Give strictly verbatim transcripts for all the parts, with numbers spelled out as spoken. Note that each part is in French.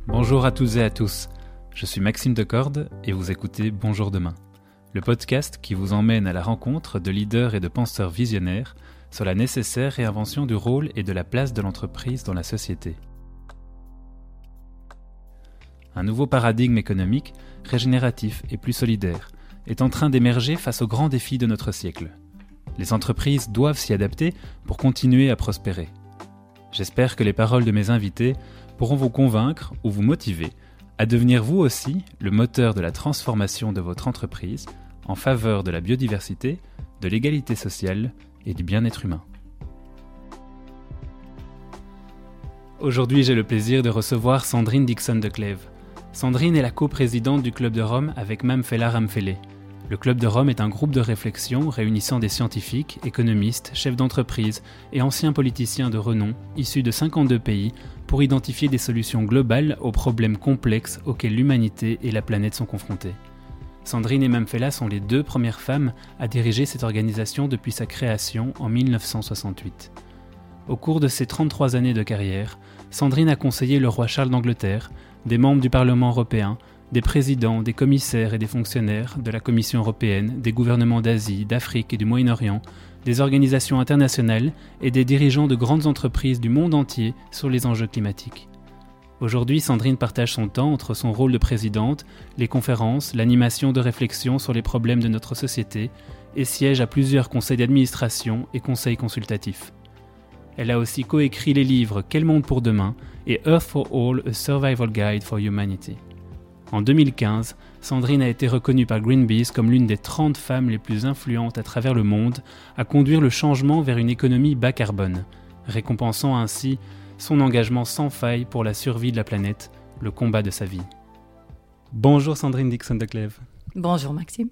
Bonjour à toutes et à tous, je suis Maxime Decorde et vous écoutez Bonjour Demain, le podcast qui vous emmène à la rencontre de leaders et de penseurs visionnaires sur la nécessaire réinvention du rôle et de la place de l'entreprise dans la société. Un nouveau paradigme économique, régénératif et plus solidaire, est en train d'émerger face aux grands défis de notre siècle. Les entreprises doivent s'y adapter pour continuer à prospérer. J'espère que les paroles de mes invités pourront vous convaincre ou vous motiver à devenir vous aussi le moteur de la transformation de votre entreprise en faveur de la biodiversité, de l'égalité sociale et du bien-être humain. Aujourd'hui, j'ai le plaisir de recevoir Sandrine Dixon de Clèves. Sandrine est la coprésidente du Club de Rome avec Mame Fella Ramphele. Le Club de Rome est un groupe de réflexion réunissant des scientifiques, économistes, chefs d'entreprise et anciens politiciens de renom issus de cinquante-deux pays pour identifier des solutions globales aux problèmes complexes auxquels l'humanité et la planète sont confrontées. Sandrine et Mame Fella sont les deux premières femmes à diriger cette organisation depuis sa création en mille neuf cent soixante-huit. Au cours de ses trente-trois années de carrière, Sandrine a conseillé le roi Charles d'Angleterre, des membres du Parlement européen, des présidents, des commissaires et des fonctionnaires de la Commission européenne, des gouvernements d'Asie, d'Afrique et du Moyen-Orient, des organisations internationales et des dirigeants de grandes entreprises du monde entier sur les enjeux climatiques. Aujourd'hui, Sandrine partage son temps entre son rôle de présidente, les conférences, l'animation de réflexion sur les problèmes de notre société et siège à plusieurs conseils d'administration et conseils consultatifs. Elle a aussi coécrit les livres Quel monde pour demain et Earth for All, A Survival Guide for Humanity. En deux mille quinze, Sandrine a été reconnue par Greenpeace comme l'une des trente femmes les plus influentes à travers le monde à conduire le changement vers une économie bas carbone, récompensant ainsi son engagement sans faille pour la survie de la planète, le combat de sa vie. Bonjour Sandrine Dixon de Clèves. Bonjour Maxime.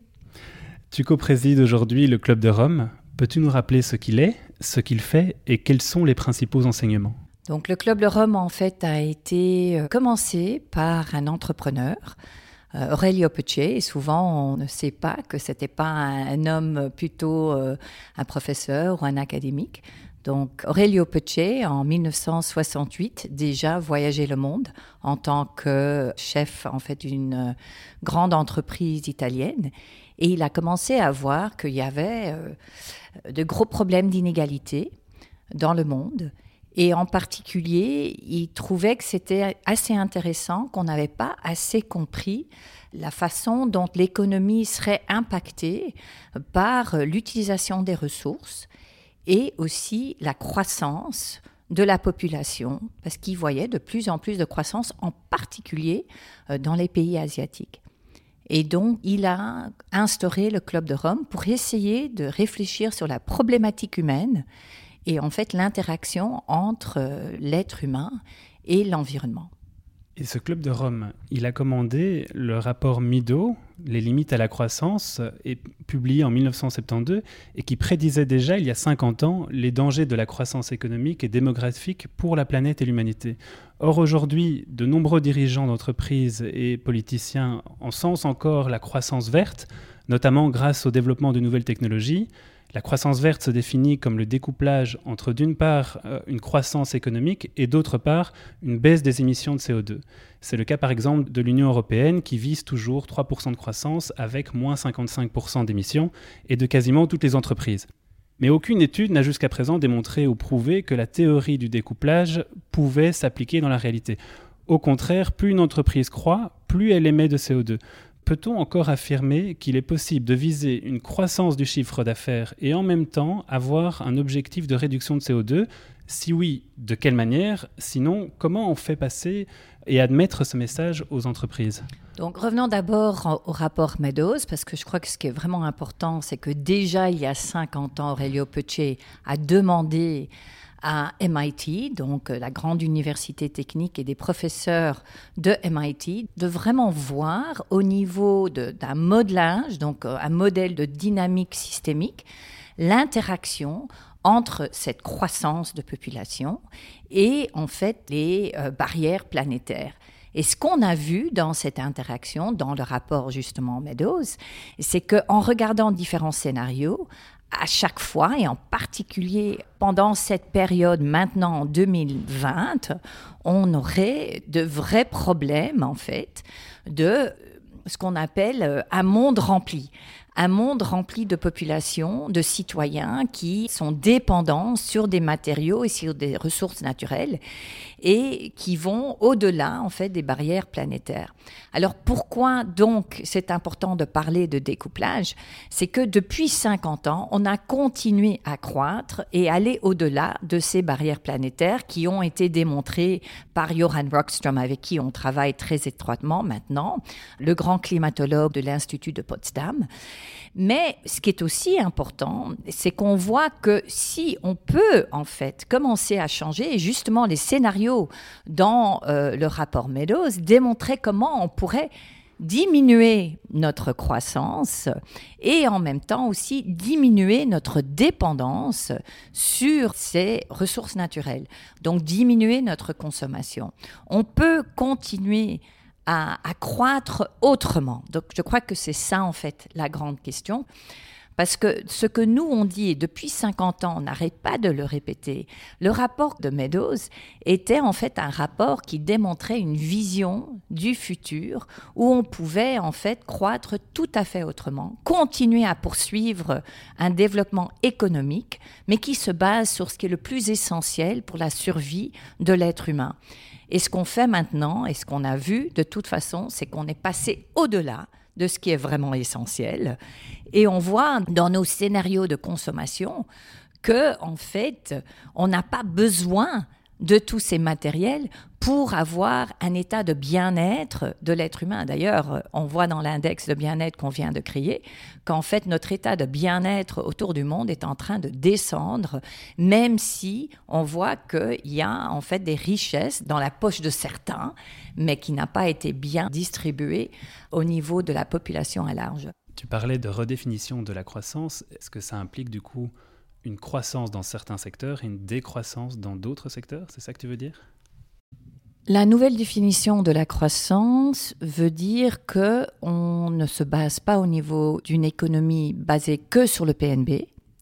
Tu coprésides aujourd'hui le Club de Rome. Peux-tu nous rappeler ce qu'il est, ce qu'il fait et quels sont les principaux enseignements ? Donc, le Club de Rome, en fait, a été commencé par un entrepreneur, euh, Aurelio Peccei, et souvent on ne sait pas que ce n'était pas un, un homme plutôt euh, un professeur ou un académique. Donc, Aurelio Peccei, en mille neuf cent soixante-huit, déjà voyageait le monde en tant que chef, en fait, d'une grande entreprise italienne. Et il a commencé à voir qu'il y avait euh, de gros problèmes d'inégalité dans le monde. Et en particulier, il trouvait que c'était assez intéressant, qu'on n'avait pas assez compris la façon dont l'économie serait impactée par l'utilisation des ressources et aussi la croissance de la population, parce qu'il voyait de plus en plus de croissance, en particulier dans les pays asiatiques. Et donc, il a instauré le Club de Rome pour essayer de réfléchir sur la problématique humaine et en fait l'interaction entre l'être humain et l'environnement. Et ce Club de Rome, il a commandé le rapport Meadows, Les limites à la croissance, et publié en mille neuf cent soixante-douze, et qui prédisait déjà, il y a cinquante ans, les dangers de la croissance économique et démographique pour la planète et l'humanité. Or, aujourd'hui, de nombreux dirigeants d'entreprises et politiciens encensent encore la croissance verte, notamment grâce au développement de nouvelles technologies. La croissance verte se définit comme le découplage entre, d'une part, une croissance économique et, d'autre part, une baisse des émissions de C O deux. C'est le cas, par exemple, de l'Union européenne qui vise toujours trois pour cent de croissance avec moins cinquante-cinq pour cent d'émissions et de quasiment toutes les entreprises. Mais aucune étude n'a jusqu'à présent démontré ou prouvé que la théorie du découplage pouvait s'appliquer dans la réalité. Au contraire, plus une entreprise croît, plus elle émet de C O deux. Peut-on encore affirmer qu'il est possible de viser une croissance du chiffre d'affaires et en même temps avoir un objectif de réduction de C O deux ? Si oui, de quelle manière ? Sinon, comment on fait passer et admettre ce message aux entreprises ? Donc revenons d'abord au rapport Meadows, parce que je crois que ce qui est vraiment important, c'est que déjà il y a cinquante ans, Aurelio Peccei a demandé à M I T, donc la grande université technique, et des professeurs de M I T, de vraiment voir au niveau de, d'un modelage, donc un modèle de dynamique systémique, l'interaction entre cette croissance de population et en fait les euh, barrières planétaires. Et ce qu'on a vu dans cette interaction, dans le rapport justement Meadows, c'est qu'en regardant différents scénarios, à chaque fois, et en particulier pendant cette période maintenant en deux mille vingt, on aurait de vrais problèmes en fait de ce qu'on appelle un monde rempli. Un monde rempli de populations, de citoyens qui sont dépendants sur des matériaux et sur des ressources naturelles et qui vont au-delà en fait des barrières planétaires. Alors pourquoi donc c'est important de parler de découplage ? C'est que depuis cinquante ans, on a continué à croître et aller au-delà de ces barrières planétaires qui ont été démontrées par Johan Rockström, avec qui on travaille très étroitement maintenant, le grand climatologue de l'Institut de Potsdam. Mais ce qui est aussi important, c'est qu'on voit que si on peut en fait commencer à changer, et justement les scénarios dans euh, le rapport Meadows démontraient comment on pourrait diminuer notre croissance et en même temps aussi diminuer notre dépendance sur ces ressources naturelles, donc diminuer notre consommation. On peut continuer À, à croître autrement. Donc, je crois que c'est ça, en fait, la grande question. Parce que ce que nous, on dit, et depuis cinquante ans, on n'arrête pas de le répéter, le rapport de Meadows était en fait un rapport qui démontrait une vision du futur où on pouvait, en fait, croître tout à fait autrement, continuer à poursuivre un développement économique, mais qui se base sur ce qui est le plus essentiel pour la survie de l'être humain. Et ce qu'on fait maintenant, et ce qu'on a vu de toute façon, c'est qu'on est passé au-delà de ce qui est vraiment essentiel. Et on voit dans nos scénarios de consommation que, en fait, on n'a pas besoin de tous ces matériels pour avoir un état de bien-être de l'être humain. D'ailleurs, on voit dans l'index de bien-être qu'on vient de créer qu'en fait, notre état de bien-être autour du monde est en train de descendre, même si on voit qu'il y a en fait des richesses dans la poche de certains, mais qui n'a pas été bien distribuée au niveau de la population à large. Tu parlais de redéfinition de la croissance. Est-ce que ça implique du coup une croissance dans certains secteurs et une décroissance dans d'autres secteurs ? C'est ça que tu veux dire ? La nouvelle définition de la croissance veut dire qu'on ne se base pas au niveau d'une économie basée que sur le P N B,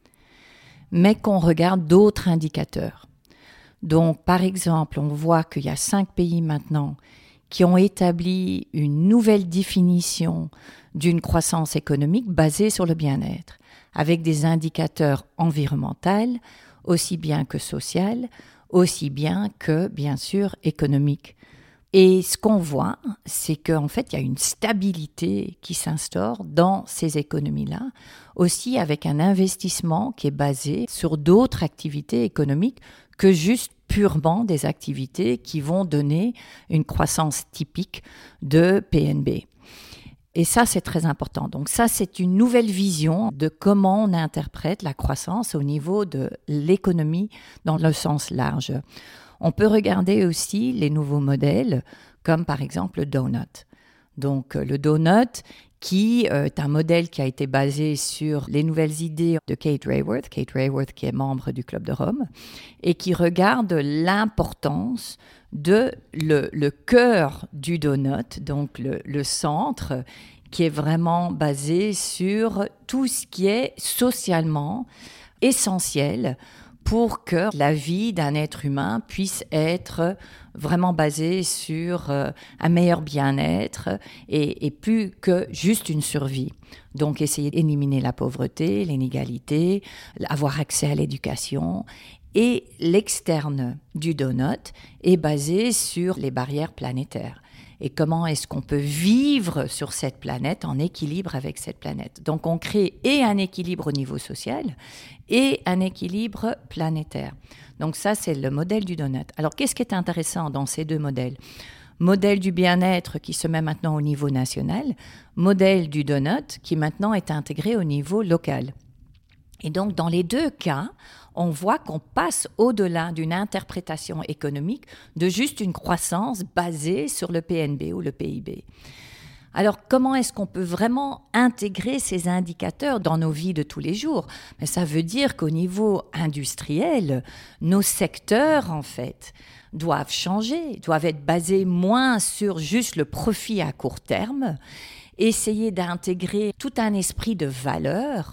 mais qu'on regarde d'autres indicateurs. Donc, par exemple, on voit qu'il y a cinq pays maintenant qui ont établi une nouvelle définition d'une croissance économique basée sur le bien-être, avec des indicateurs environnementaux, aussi bien que sociaux, aussi bien que, bien sûr, économiques. Et ce qu'on voit, c'est qu'en fait, il y a une stabilité qui s'instaure dans ces économies-là, aussi avec un investissement qui est basé sur d'autres activités économiques que juste purement des activités qui vont donner une croissance typique de P N B. Et ça, c'est très important. Donc ça, c'est une nouvelle vision de comment on interprète la croissance au niveau de l'économie dans le sens large. On peut regarder aussi les nouveaux modèles, comme par exemple le donut. Donc le donut, qui est un modèle qui a été basé sur les nouvelles idées de Kate Raworth, Kate Raworth qui est membre du Club de Rome, et qui regarde l'importance de le, le cœur du donut, donc le, le centre, qui est vraiment basé sur tout ce qui est socialement essentiel pour que la vie d'un être humain puisse être vraiment basée sur un meilleur bien-être et, et plus que juste une survie. Donc, essayer d'éliminer la pauvreté, l'inégalité, avoir accès à l'éducation. Et l'externe du donut est basé sur les barrières planétaires. Et comment est-ce qu'on peut vivre sur cette planète en équilibre avec cette planète. Donc, on crée et un équilibre au niveau social et un équilibre planétaire. Donc, ça, c'est le modèle du donut. Alors, qu'est-ce qui est intéressant dans ces deux modèles ? Modèle du bien-être qui se met maintenant au niveau national, modèle du donut qui maintenant est intégré au niveau local. Et donc, dans les deux cas, on voit qu'on passe au-delà d'une interprétation économique de juste une croissance basée sur le P N B ou le P I B. Alors, comment est-ce qu'on peut vraiment intégrer ces indicateurs dans nos vies de tous les jours ? Mais ça veut dire qu'au niveau industriel, nos secteurs, en fait, doivent changer, doivent être basés moins sur juste le profit à court terme, essayer d'intégrer tout un esprit de valeur,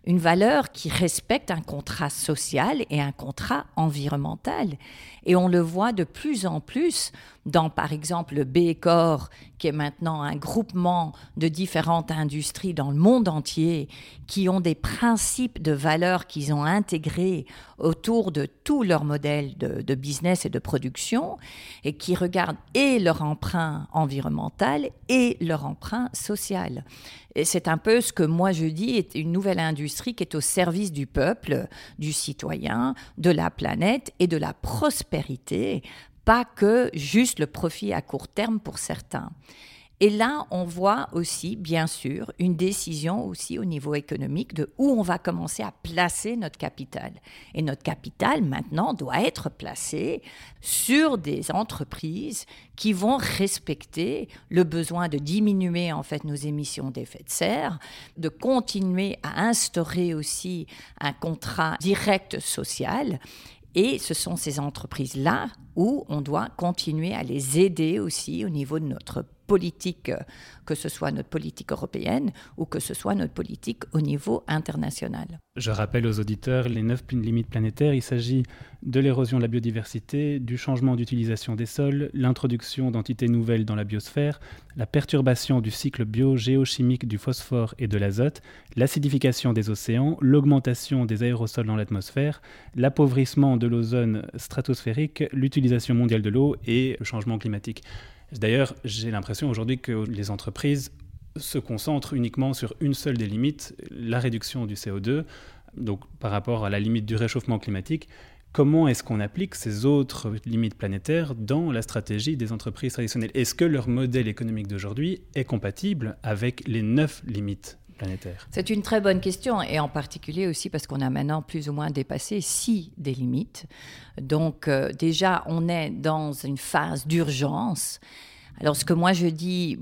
une valeur qui respecte un contrat social et un contrat environnemental. Et on le voit de plus en plus dans, par exemple, le B Corp, qui est maintenant un groupement de différentes industries dans le monde entier, qui ont des principes de valeurs qu'ils ont intégrés autour de tout leur modèle de, de business et de production, et qui regardent et leur emprunt environnemental et leur emprunt social. Et c'est un peu ce que moi je dis est une nouvelle industrie qui est au service du peuple, du citoyen, de la planète et de la prospérité, pas que juste le profit à court terme pour certains. Et là, on voit aussi, bien sûr, une décision aussi au niveau économique de où on va commencer à placer notre capital. Et notre capital, maintenant, doit être placé sur des entreprises qui vont respecter le besoin de diminuer, en fait, nos émissions d'effet de serre, de continuer à instaurer aussi un contrat direct social. Et ce sont ces entreprises-là où on doit continuer à les aider aussi au niveau de notre politique, que ce soit notre politique européenne ou que ce soit notre politique au niveau international. Je rappelle aux auditeurs les neuf limites planétaires. Il s'agit de l'érosion de la biodiversité, du changement d'utilisation des sols, l'introduction d'entités nouvelles dans la biosphère, la perturbation du cycle bio-géochimique du phosphore et de l'azote, l'acidification des océans, l'augmentation des aérosols dans l'atmosphère, l'appauvrissement de l'ozone stratosphérique, l'utilisation mondiale de l'eau et le changement climatique. D'ailleurs, j'ai l'impression aujourd'hui que les entreprises se concentrent uniquement sur une seule des limites, la réduction du C O deux, donc par rapport à la limite du réchauffement climatique. Comment est-ce qu'on applique ces autres limites planétaires dans la stratégie des entreprises traditionnelles ? Est-ce que leur modèle économique d'aujourd'hui est compatible avec les neuf limites planétaires ? C'est une très bonne question, et en particulier aussi parce qu'on a maintenant plus ou moins dépassé six des limites. Donc euh, déjà, on est dans une phase d'urgence. Alors ce que moi je dis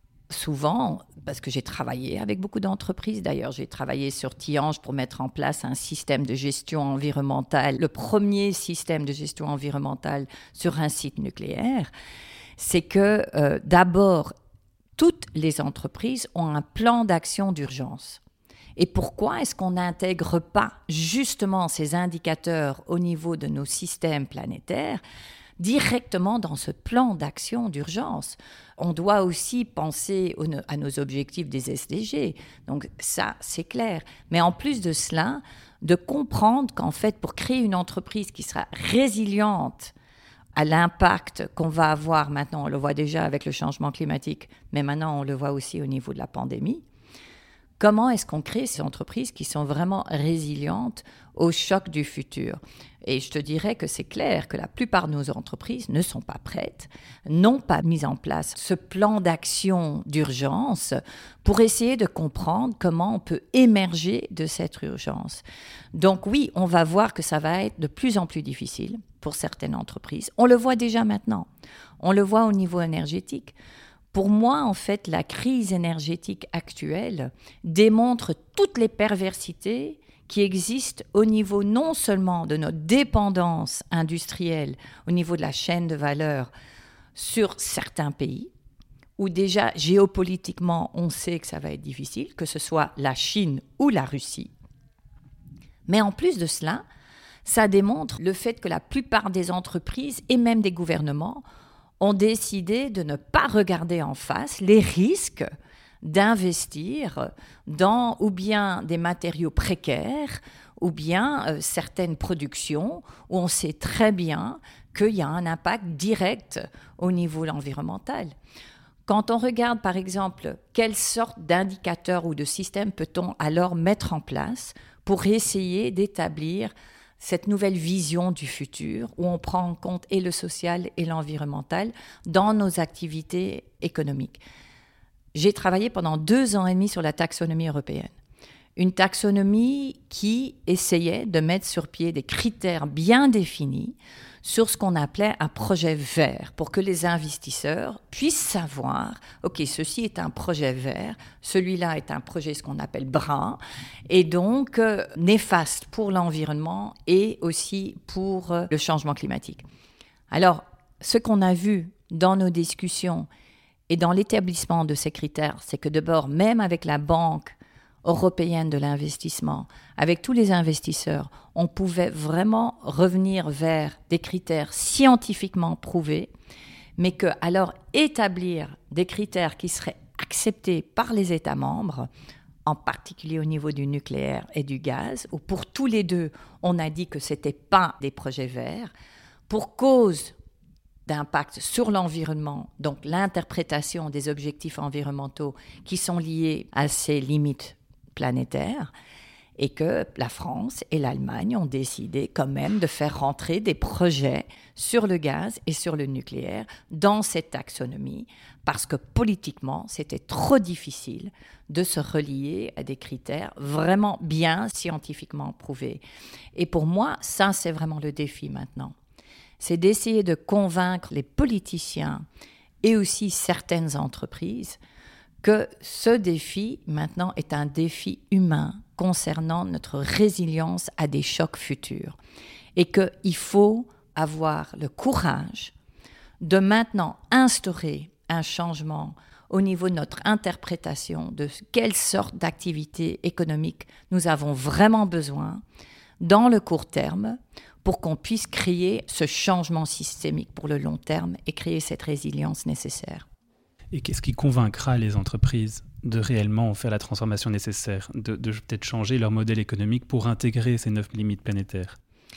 souvent, parce que j'ai travaillé avec beaucoup d'entreprises, d'ailleurs j'ai travaillé sur Tihange pour mettre en place un système de gestion environnementale, le premier système de gestion environnementale sur un site nucléaire, c'est que euh, d'abord, toutes les entreprises ont un plan d'action d'urgence. Et pourquoi est-ce qu'on n'intègre pas justement ces indicateurs au niveau de nos systèmes planétaires directement dans ce plan d'action d'urgence? On doit aussi penser à nos objectifs des S D G. Donc ça, c'est clair. Mais en plus de cela, de comprendre qu'en fait, pour créer une entreprise qui sera résiliente à l'impact qu'on va avoir maintenant, on le voit déjà avec le changement climatique, mais maintenant on le voit aussi au niveau de la pandémie. Comment est-ce qu'on crée ces entreprises qui sont vraiment résilientes au choc du futur ? Et je te dirais que c'est clair que la plupart de nos entreprises ne sont pas prêtes, n'ont pas mis en place ce plan d'action d'urgence pour essayer de comprendre comment on peut émerger de cette urgence. Donc oui, on va voir que ça va être de plus en plus difficile pour certaines entreprises. On le voit déjà maintenant. On le voit au niveau énergétique. Pour moi, en fait, la crise énergétique actuelle démontre toutes les perversités qui existent au niveau non seulement de notre dépendance industrielle, au niveau de la chaîne de valeur sur certains pays, où déjà géopolitiquement, on sait que ça va être difficile, que ce soit la Chine ou la Russie. Mais en plus de cela, ça démontre le fait que la plupart des entreprises et même des gouvernements ont décidé de ne pas regarder en face les risques d'investir dans ou bien des matériaux précaires ou bien euh, certaines productions où on sait très bien qu'il y a un impact direct au niveau environnemental. Quand on regarde par exemple quelle sorte d'indicateurs ou de systèmes peut-on alors mettre en place pour essayer d'établir cette nouvelle vision du futur où on prend en compte et le social et l'environnemental dans nos activités économiques. J'ai travaillé pendant deux ans et demi sur la taxonomie européenne. Une taxonomie qui essayait de mettre sur pied des critères bien définis sur ce qu'on appelait un projet vert, pour que les investisseurs puissent savoir, OK, ceci est un projet vert, celui-là est un projet ce qu'on appelle brun, et donc euh, néfaste pour l'environnement et aussi pour euh, le changement climatique. Alors, ce qu'on a vu dans nos discussions et dans l'établissement de ces critères, c'est que d'abord, même avec la banque, européenne de l'investissement, avec tous les investisseurs, on pouvait vraiment revenir vers des critères scientifiquement prouvés, mais que alors établir des critères qui seraient acceptés par les États membres, en particulier au niveau du nucléaire et du gaz, où pour tous les deux, on a dit que ce n'étaient pas des projets verts, pour cause d'impact sur l'environnement, donc l'interprétation des objectifs environnementaux qui sont liés à ces limites planétaires, et que la France et l'Allemagne ont décidé quand même de faire rentrer des projets sur le gaz et sur le nucléaire dans cette taxonomie, parce que politiquement, c'était trop difficile de se relier à des critères vraiment bien scientifiquement prouvés. Et pour moi, ça, c'est vraiment le défi maintenant. C'est d'essayer de convaincre les politiciens et aussi certaines entreprises que ce défi, maintenant, est un défi humain concernant notre résilience à des chocs futurs. Et qu'il faut avoir le courage de maintenant instaurer un changement au niveau de notre interprétation de quelle sorte d'activité économique nous avons vraiment besoin dans le court terme pour qu'on puisse créer ce changement systémique pour le long terme et créer cette résilience nécessaire. Et qu'est-ce qui convaincra les entreprises de réellement faire la transformation nécessaire, de, de peut-être changer leur modèle économique pour intégrer ces neuf limites planétaires ?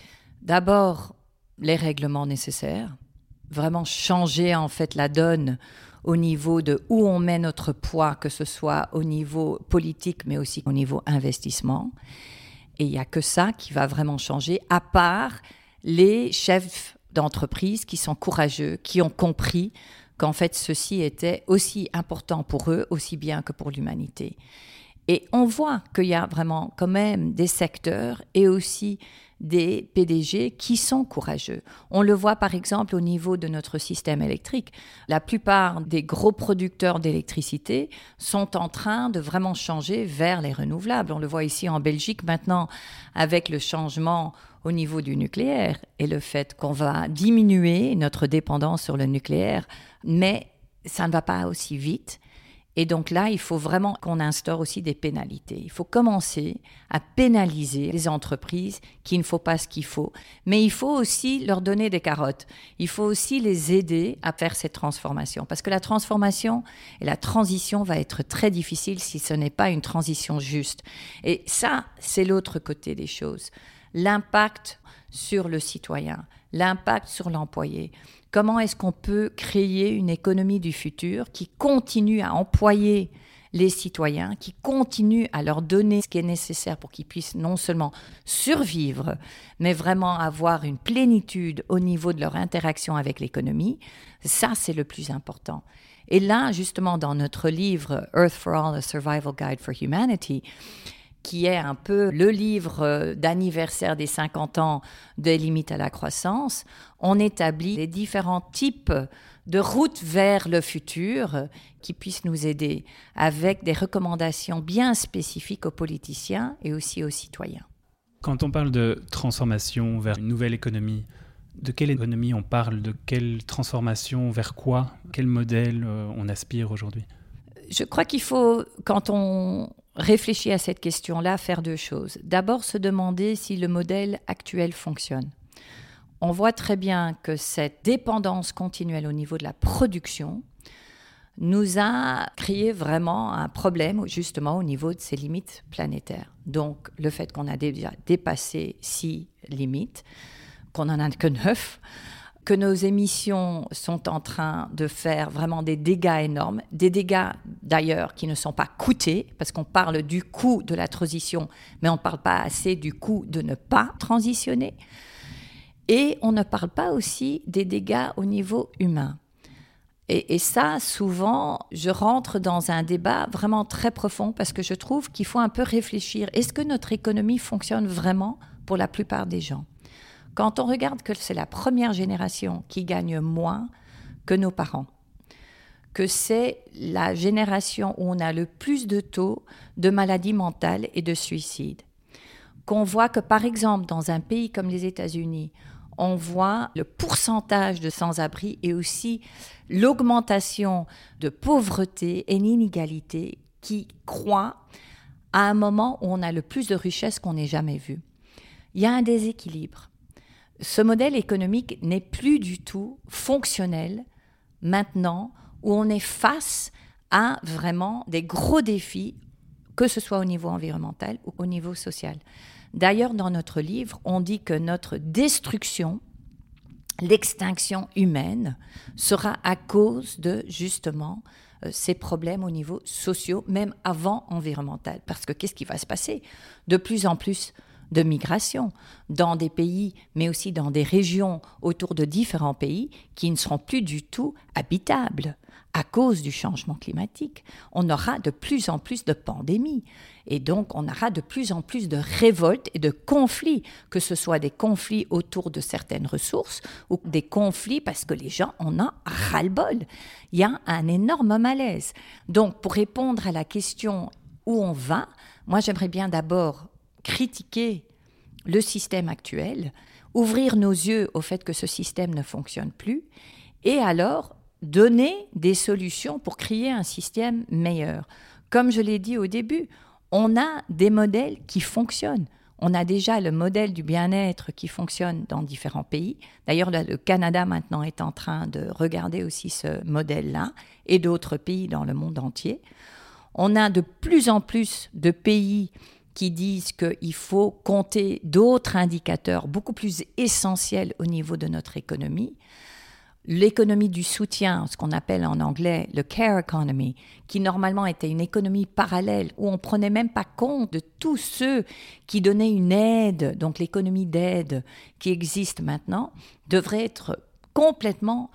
D'abord, les règlements nécessaires, vraiment changer en fait la donne au niveau de où on met notre poids, que ce soit au niveau politique, mais aussi au niveau investissement. Et il n'y a que ça qui va vraiment changer, à part les chefs d'entreprise qui sont courageux, qui ont compris qu'en fait, ceci était aussi important pour eux, aussi bien que pour l'humanité. Et on voit qu'il y a vraiment quand même des secteurs et aussi des P D G qui sont courageux. On le voit par exemple au niveau de notre système électrique. La plupart des gros producteurs d'électricité sont en train de vraiment changer vers les renouvelables. On le voit ici en Belgique maintenant avec le changement au niveau du nucléaire et le fait qu'on va diminuer notre dépendance sur le nucléaire, mais ça ne va pas aussi vite. Et donc là, il faut vraiment qu'on instaure aussi des pénalités. Il faut commencer à pénaliser les entreprises qui ne font pas ce qu'il faut. Mais il faut aussi leur donner des carottes. Il faut aussi les aider à faire cette transformation. Parce que la transformation et la transition va être très difficile si ce n'est pas une transition juste. Et ça, c'est l'autre côté des choses. L'impact sur le citoyen, l'impact sur l'employé. Comment est-ce qu'on peut créer une économie du futur qui continue à employer les citoyens, qui continue à leur donner ce qui est nécessaire pour qu'ils puissent non seulement survivre, mais vraiment avoir une plénitude au niveau de leur interaction avec l'économie? Ça, c'est le plus important. Et là, justement, dans notre livre « Earth for All, a Survival Guide for Humanity », qui est un peu le livre d'anniversaire des cinquante ans des limites à la croissance, on établit les différents types de routes vers le futur qui puissent nous aider avec des recommandations bien spécifiques aux politiciens et aussi aux citoyens. Quand on parle de transformation vers une nouvelle économie, de quelle économie on parle? De quelle transformation? Vers quoi? Quel modèle on aspire aujourd'hui? Je crois qu'il faut, quand on réfléchit à cette question-là, faire deux choses. D'abord, se demander si le modèle actuel fonctionne. On voit très bien que cette dépendance continuelle au niveau de la production nous a créé vraiment un problème, justement, au niveau de ces limites planétaires. Donc, le fait qu'on a déjà dépassé six limites, qu'on n'en a que neuf, que nos émissions sont en train de faire vraiment des dégâts énormes, des dégâts d'ailleurs qui ne sont pas coûtés, parce qu'on parle du coût de la transition, mais on ne parle pas assez du coût de ne pas transitionner. Et on ne parle pas aussi des dégâts au niveau humain. Et, et ça, souvent, je rentre dans un débat vraiment très profond, parce que je trouve qu'il faut un peu réfléchir. Est-ce que notre économie fonctionne vraiment pour la plupart des gens ? Quand on regarde que c'est la première génération qui gagne moins que nos parents, que c'est la génération où on a le plus de taux de maladies mentales et de suicides, qu'on voit que, par exemple, dans un pays comme les États-Unis, on voit le pourcentage de sans-abri et aussi l'augmentation de pauvreté et d'inégalité qui croît à un moment où on a le plus de richesses qu'on n'ait jamais vu. Il y a un déséquilibre. Ce modèle économique n'est plus du tout fonctionnel maintenant où on est face à vraiment des gros défis, que ce soit au niveau environnemental ou au niveau social. D'ailleurs, dans notre livre, on dit que notre destruction, l'extinction humaine, sera à cause de, justement, euh, ces problèmes au niveau social, même avant environnemental. Parce que qu'est-ce qui va se passer ? De plus en plus de migration dans des pays, mais aussi dans des régions autour de différents pays qui ne seront plus du tout habitables à cause du changement climatique. On aura de plus en plus de pandémies et donc on aura de plus en plus de révoltes et de conflits, que ce soit des conflits autour de certaines ressources ou des conflits parce que les gens en ont ras-le-bol. Il y a un énorme malaise. Donc pour répondre à la question où on va, moi j'aimerais bien d'abord critiquer le système actuel, ouvrir nos yeux au fait que ce système ne fonctionne plus, et alors donner des solutions pour créer un système meilleur. Comme je l'ai dit au début, on a des modèles qui fonctionnent. On a déjà le modèle du bien-être qui fonctionne dans différents pays. D'ailleurs, le Canada maintenant est en train de regarder aussi ce modèle-là, et d'autres pays dans le monde entier. On a de plus en plus de pays qui disent qu'il faut compter d'autres indicateurs beaucoup plus essentiels au niveau de notre économie. L'économie du soutien, ce qu'on appelle en anglais le care economy, qui normalement était une économie parallèle où on ne prenait même pas compte de tous ceux qui donnaient une aide, donc l'économie d'aide qui existe maintenant, devrait être complètement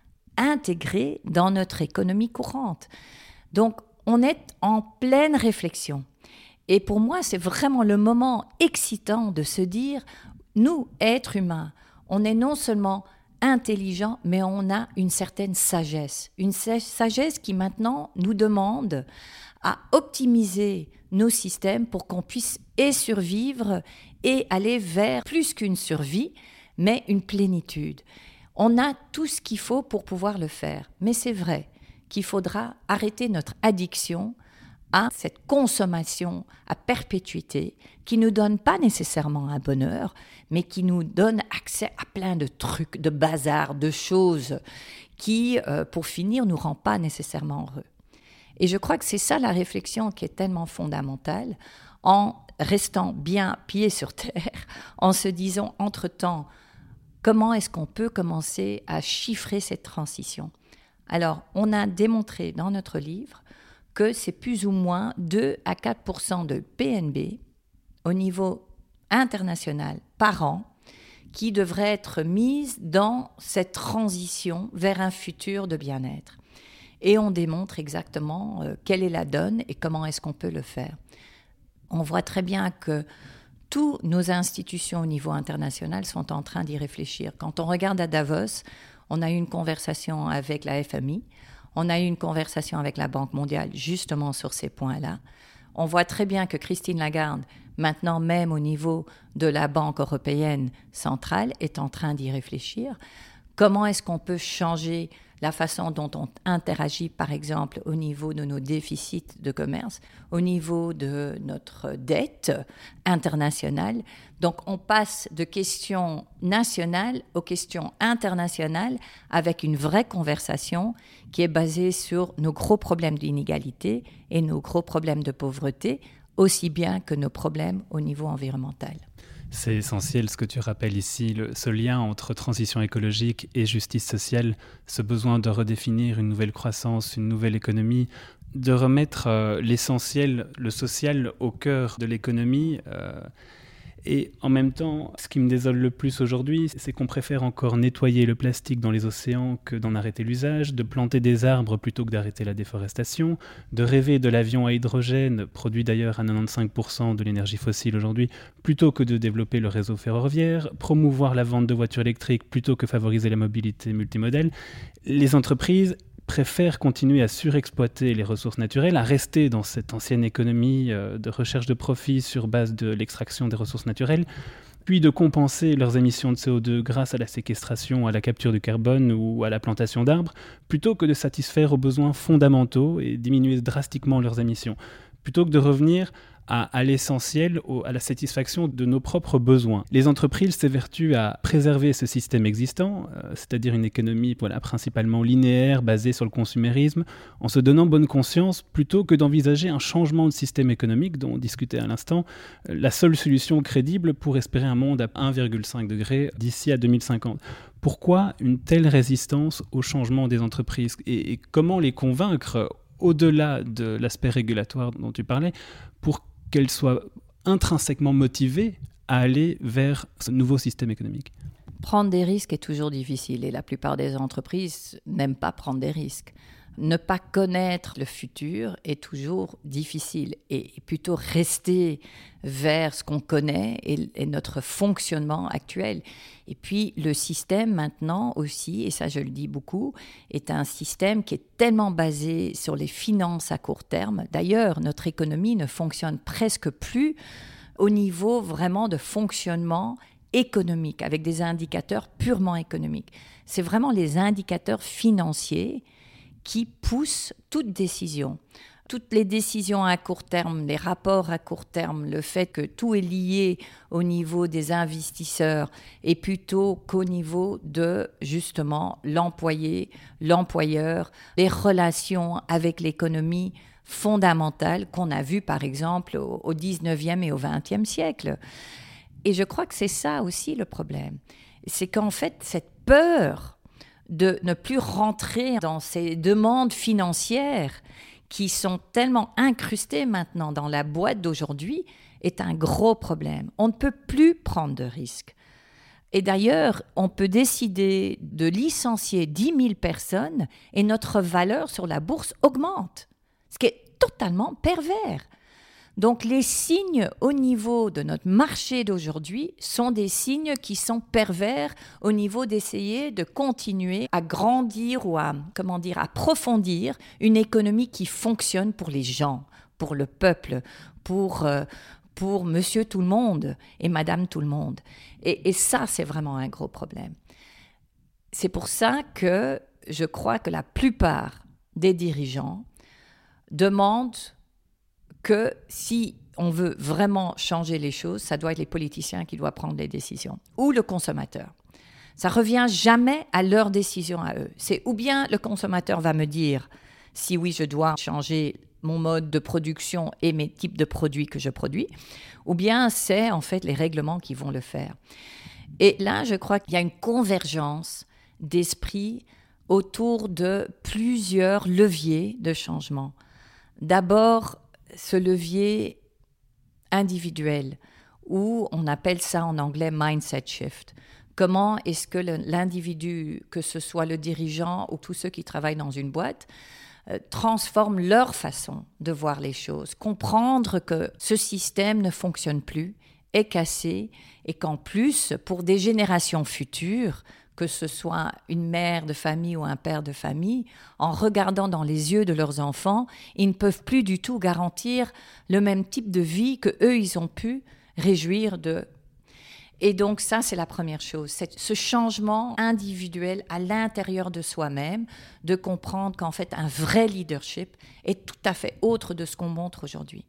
intégrée dans notre économie courante. Donc, on est en pleine réflexion. Et pour moi, c'est vraiment le moment excitant de se dire, nous, êtres humains, on est non seulement intelligents, mais on a une certaine sagesse. Une sagesse qui maintenant nous demande à optimiser nos systèmes pour qu'on puisse et survivre et aller vers plus qu'une survie, mais une plénitude. On a tout ce qu'il faut pour pouvoir le faire. Mais c'est vrai qu'il faudra arrêter notre addiction à cette consommation à perpétuité qui ne nous donne pas nécessairement un bonheur, mais qui nous donne accès à plein de trucs, de bazar, de choses qui, euh, pour finir, ne nous rend pas nécessairement heureux. Et je crois que c'est ça la réflexion qui est tellement fondamentale, en restant bien pieds sur terre, en se disant entre-temps, comment est-ce qu'on peut commencer à chiffrer cette transition ? Alors, on a démontré dans notre livre que c'est plus ou moins deux à quatre pour cent de P N B au niveau international par an qui devrait être mise dans cette transition vers un futur de bien-être. Et on démontre exactement euh, quelle est la donne et comment est-ce qu'on peut le faire. On voit très bien que toutes nos institutions au niveau international sont en train d'y réfléchir. Quand on regarde à Davos, on a eu une conversation avec la F M I, on a eu une conversation avec la Banque mondiale justement sur ces points-là. On voit très bien que Christine Lagarde, maintenant même au niveau de la Banque européenne centrale, est en train d'y réfléchir. Comment est-ce qu'on peut changer la façon dont on interagit, par exemple, au niveau de nos déficits de commerce, au niveau de notre dette internationale. Donc, on passe de questions nationales aux questions internationales avec une vraie conversation qui est basée sur nos gros problèmes d'inégalité et nos gros problèmes de pauvreté, aussi bien que nos problèmes au niveau environnemental. C'est essentiel ce que tu rappelles ici, le, ce lien entre transition écologique et justice sociale, ce besoin de redéfinir une nouvelle croissance, une nouvelle économie, de remettre euh, l'essentiel, le social au cœur de l'économie. Euh, et en même temps, ce qui me désole le plus aujourd'hui, c'est qu'on préfère encore nettoyer le plastique dans les océans que d'en arrêter l'usage, de planter des arbres plutôt que d'arrêter la déforestation, de rêver de l'avion à hydrogène, produit d'ailleurs à quatre-vingt-quinze pour cent de l'énergie fossile aujourd'hui, plutôt que de développer le réseau ferroviaire, promouvoir la vente de voitures électriques plutôt que favoriser la mobilité multimodale. Les entreprises préfèrent continuer à surexploiter les ressources naturelles, à rester dans cette ancienne économie de recherche de profit sur base de l'extraction des ressources naturelles, puis de compenser leurs émissions de C O deux grâce à la séquestration, à la capture du carbone ou à la plantation d'arbres, plutôt que de satisfaire aux besoins fondamentaux et diminuer drastiquement leurs émissions. plutôt que de revenir à, à l'essentiel, au, à la satisfaction de nos propres besoins. Les entreprises s'évertuent à préserver ce système existant, euh, c'est-à-dire une économie voilà, principalement linéaire, basée sur le consumérisme, en se donnant bonne conscience, plutôt que d'envisager un changement de système économique dont on discutait à l'instant, euh, la seule solution crédible pour espérer un monde à un virgule cinq degré d'ici à deux mille cinquante. Pourquoi une telle résistance au changement des entreprises et, et comment les convaincre, au-delà de l'aspect régulatoire dont tu parlais, pour qu'elles soient intrinsèquement motivées à aller vers ce nouveau système économique? Prendre des risques est toujours difficile et la plupart des entreprises n'aiment pas prendre des risques. Ne pas connaître le futur est toujours difficile et plutôt rester vers ce qu'on connaît et, et notre fonctionnement actuel. Et puis le système maintenant aussi, et ça je le dis beaucoup, est un système qui est tellement basé sur les finances à court terme. D'ailleurs, notre économie ne fonctionne presque plus au niveau vraiment de fonctionnement économique, avec des indicateurs purement économiques. C'est vraiment les indicateurs financiers qui poussent toute décision. Toutes les décisions à court terme, les rapports à court terme, le fait que tout est lié au niveau des investisseurs et plutôt qu'au niveau de, justement, l'employé, l'employeur, les relations avec l'économie fondamentales qu'on a vues, par exemple, au dix-neuvième et au vingtième siècle. Et je crois que c'est ça aussi le problème. C'est qu'en fait, cette peur de ne plus rentrer dans ces demandes financières qui sont tellement incrustées maintenant dans la boîte d'aujourd'hui est un gros problème. On ne peut plus prendre de risques. Et d'ailleurs, on peut décider de licencier dix mille personnes et notre valeur sur la bourse augmente, ce qui est totalement pervers. Donc les signes au niveau de notre marché d'aujourd'hui sont des signes qui sont pervers au niveau d'essayer de continuer à grandir ou à, comment dire, approfondir une économie qui fonctionne pour les gens, pour le peuple, pour, euh, pour monsieur tout le monde et madame tout le monde. Et, et ça, c'est vraiment un gros problème. C'est pour ça que je crois que la plupart des dirigeants demandent que si on veut vraiment changer les choses, ça doit être les politiciens qui doivent prendre les décisions, ou le consommateur. Ça ne revient jamais à leur décision à eux. C'est ou bien le consommateur va me dire si oui, je dois changer mon mode de production et mes types de produits que je produis, ou bien c'est en fait les règlements qui vont le faire. Et là, je crois qu'il y a une convergence d'esprit autour de plusieurs leviers de changement. D'abord, ce levier individuel, où on appelle ça en anglais mindset shift. Comment est-ce que le, l'individu, que ce soit le dirigeant ou tous ceux qui travaillent dans une boîte, euh, transforment leur façon de voir les choses, comprendre que ce système ne fonctionne plus, est cassé, et qu'en plus, pour des générations futures, que ce soit une mère de famille ou un père de famille, en regardant dans les yeux de leurs enfants, ils ne peuvent plus du tout garantir le même type de vie qu'eux, ils ont pu réjouir de. Et donc ça, c'est la première chose, c'est ce changement individuel à l'intérieur de soi-même, de comprendre qu'en fait, un vrai leadership est tout à fait autre de ce qu'on montre aujourd'hui.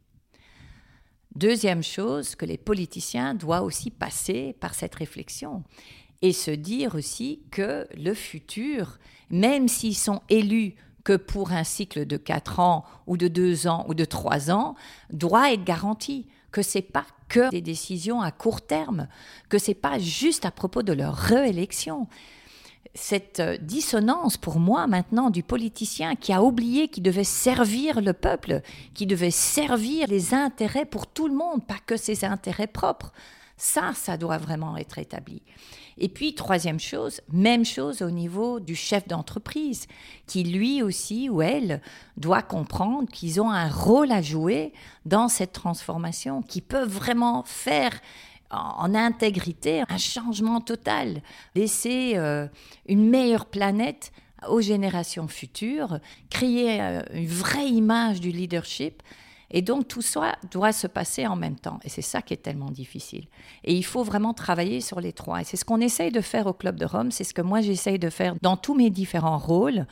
Deuxième chose, que les politiciens doivent aussi passer par cette réflexion. Et se dire aussi que le futur, même s'ils sont élus que pour un cycle de quatre ans ou de deux ans ou de trois ans, doit être garanti, que ce n'est pas que des décisions à court terme, que ce n'est pas juste à propos de leur réélection. Cette dissonance pour moi maintenant du politicien qui a oublié qu'il devait servir le peuple, qui devait servir les intérêts pour tout le monde, pas que ses intérêts propres, ça, ça doit vraiment être établi. Et puis, troisième chose, même chose au niveau du chef d'entreprise, qui lui aussi ou elle doit comprendre qu'ils ont un rôle à jouer dans cette transformation, qu'ils peuvent vraiment faire en intégrité un changement total, laisser euh, une meilleure planète aux générations futures, créer euh, une vraie image du leadership. Et donc, tout ça doit se passer en même temps. Et c'est ça qui est tellement difficile. Et il faut vraiment travailler sur les trois. Et c'est ce qu'on essaye de faire au Club de Rome. C'est ce que moi, j'essaye de faire dans tous mes différents rôles,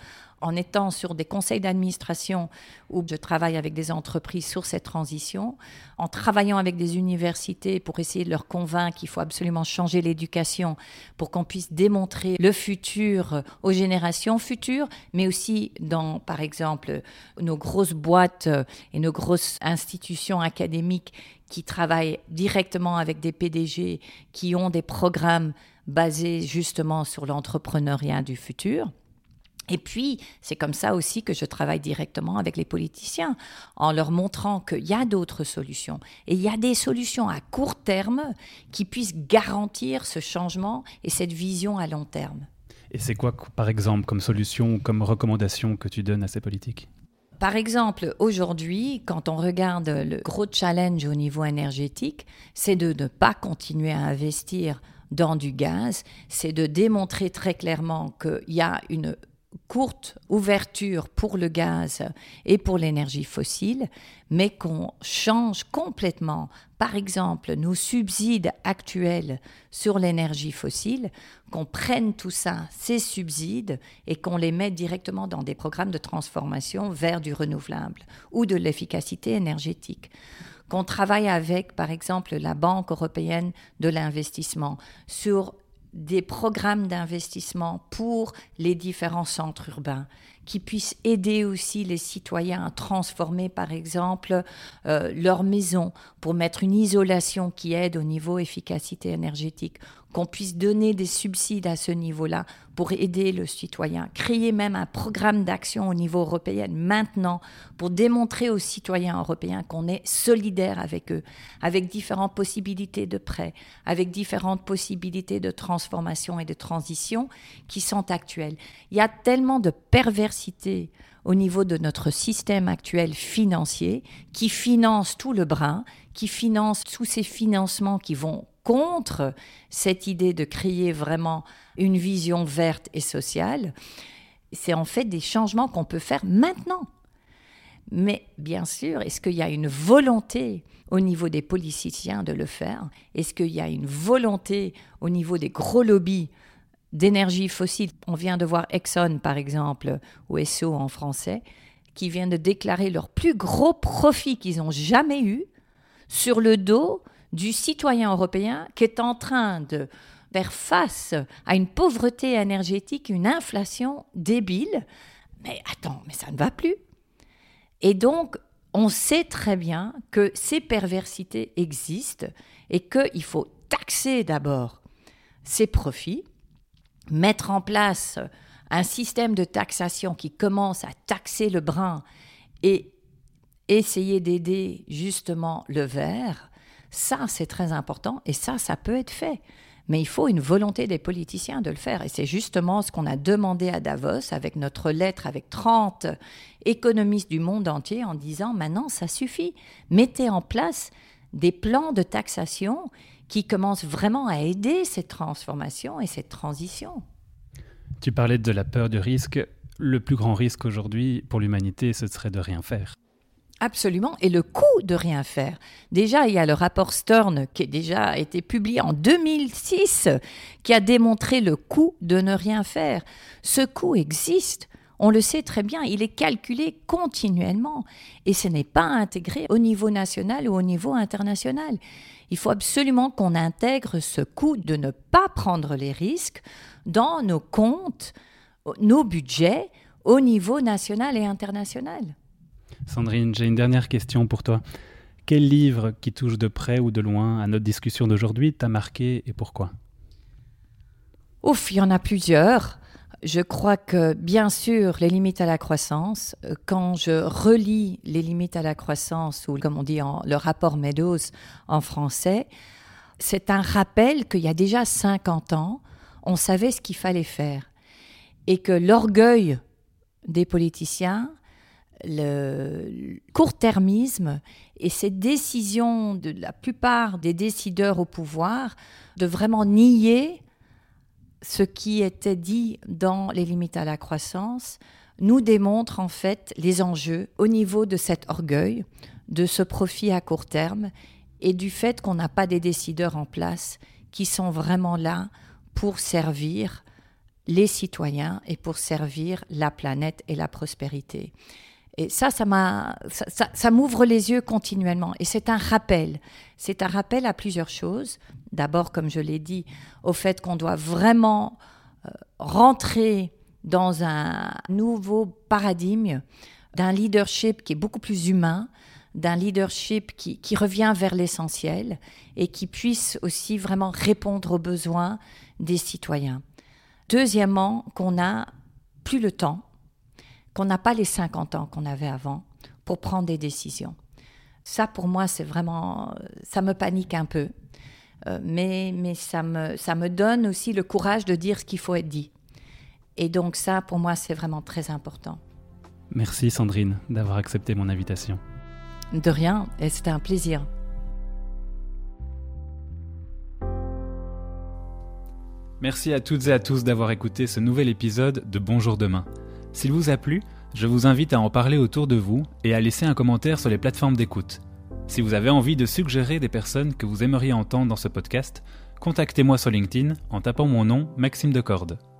en étant sur des conseils d'administration où je travaille avec des entreprises sur cette transition, en travaillant avec des universités pour essayer de leur convaincre qu'il faut absolument changer l'éducation pour qu'on puisse démontrer le futur aux générations futures, mais aussi dans, par exemple, nos grosses boîtes et nos grosses institutions académiques qui travaillent directement avec des P D G qui ont des programmes basés justement sur l'entrepreneuriat du futur. Et puis, c'est comme ça aussi que je travaille directement avec les politiciens, en leur montrant qu'il y a d'autres solutions. Et il y a des solutions à court terme qui puissent garantir ce changement et cette vision à long terme. Et c'est quoi, par exemple, comme solution ou comme recommandation que tu donnes à ces politiques ? Par exemple, aujourd'hui, quand on regarde le gros challenge au niveau énergétique, c'est de ne pas continuer à investir dans du gaz, c'est de démontrer très clairement qu'il y a une courte ouverture pour le gaz et pour l'énergie fossile, mais qu'on change complètement, par exemple, nos subsides actuels sur l'énergie fossile, qu'on prenne tout ça, ces subsides, et qu'on les mette directement dans des programmes de transformation vers du renouvelable ou de l'efficacité énergétique. Qu'on travaille avec, par exemple, la Banque européenne de l'investissement sur des programmes d'investissement pour les différents centres urbains, qui puissent aider aussi les citoyens à transformer, par exemple, euh, leur maison pour mettre une isolation qui aide au niveau efficacité énergétique, qu'on puisse donner des subsides à ce niveau-là pour aider le citoyen, créer même un programme d'action au niveau européen maintenant pour démontrer aux citoyens européens qu'on est solidaire avec eux, avec différentes possibilités de prêts, avec différentes possibilités de transformation et de transition qui sont actuelles. Il y a tellement de perversité au niveau de notre système actuel financier qui finance tout le brin, qui finance tous ces financements qui vont contre cette idée de créer vraiment une vision verte et sociale. C'est en fait des changements qu'on peut faire maintenant. Mais bien sûr, est-ce qu'il y a une volonté au niveau des politiciens de le faire ? Est-ce qu'il y a une volonté au niveau des gros lobbies d'énergie fossile ? On vient de voir Exxon, par exemple, ou E S S O en français, qui vient de déclarer leur plus gros profit qu'ils ont jamais eu sur le dos du citoyen européen qui est en train de faire face à une pauvreté énergétique, une inflation débile. Mais attends, mais ça ne va plus. Et donc, on sait très bien que ces perversités existent et qu'il faut taxer d'abord ces profits, mettre en place un système de taxation qui commence à taxer le brin et essayer d'aider justement le vert. Ça, c'est très important et ça, ça peut être fait. Mais il faut une volonté des politiciens de le faire. Et c'est justement ce qu'on a demandé à Davos avec notre lettre avec trente économistes du monde entier en disant « Maintenant, ça suffit. Mettez en place des plans de taxation qui commencent vraiment à aider cette transformation et cette transition. » Tu parlais de la peur du risque. Le plus grand risque aujourd'hui pour l'humanité, ce serait de rien faire. Absolument, et le coût de rien faire. Déjà, il y a le rapport Stern qui a déjà été publié en deux mille six, qui a démontré le coût de ne rien faire. Ce coût existe, on le sait très bien, il est calculé continuellement, et ce n'est pas intégré au niveau national ou au niveau international. Il faut absolument qu'on intègre ce coût de ne pas prendre les risques dans nos comptes, nos budgets, au niveau national et international. Sandrine, j'ai une dernière question pour toi. Quel livre qui touche de près ou de loin à notre discussion d'aujourd'hui t'a marqué et pourquoi ? Ouf, il y en a plusieurs. Je crois que, bien sûr, les limites à la croissance, quand je relis les limites à la croissance, ou comme on dit en, le rapport Meadows en français, c'est un rappel qu'il y a déjà cinquante ans, on savait ce qu'il fallait faire. Et que l'orgueil des politiciens, le court-termisme et ces décisions de la plupart des décideurs au pouvoir de vraiment nier ce qui était dit dans les limites à la croissance nous démontrent en fait les enjeux au niveau de cet orgueil, de ce profit à court terme et du fait qu'on n'a pas des décideurs en place qui sont vraiment là pour servir les citoyens et pour servir la planète et la prospérité. Et ça, ça, m'a, ça, ça, ça m'ouvre les yeux continuellement. Et c'est un rappel. C'est un rappel à plusieurs choses. D'abord, comme je l'ai dit, au fait qu'on doit vraiment euh, rentrer dans un nouveau paradigme d'un leadership qui est beaucoup plus humain, d'un leadership qui, qui revient vers l'essentiel et qui puisse aussi vraiment répondre aux besoins des citoyens. Deuxièmement, qu'on n'a plus le temps, qu'on n'a pas les cinquante ans qu'on avait avant pour prendre des décisions. Ça, pour moi, c'est vraiment... Ça me panique un peu, euh, mais, mais ça me, ça me donne aussi le courage de dire ce qu'il faut être dit. Et donc ça, pour moi, c'est vraiment très important. Merci Sandrine d'avoir accepté mon invitation. De rien, et c'était un plaisir. Merci à toutes et à tous d'avoir écouté ce nouvel épisode de Bonjour Demain. S'il vous a plu, je vous invite à en parler autour de vous et à laisser un commentaire sur les plateformes d'écoute. Si vous avez envie de suggérer des personnes que vous aimeriez entendre dans ce podcast, contactez-moi sur LinkedIn en tapant mon nom Maxime Decorde.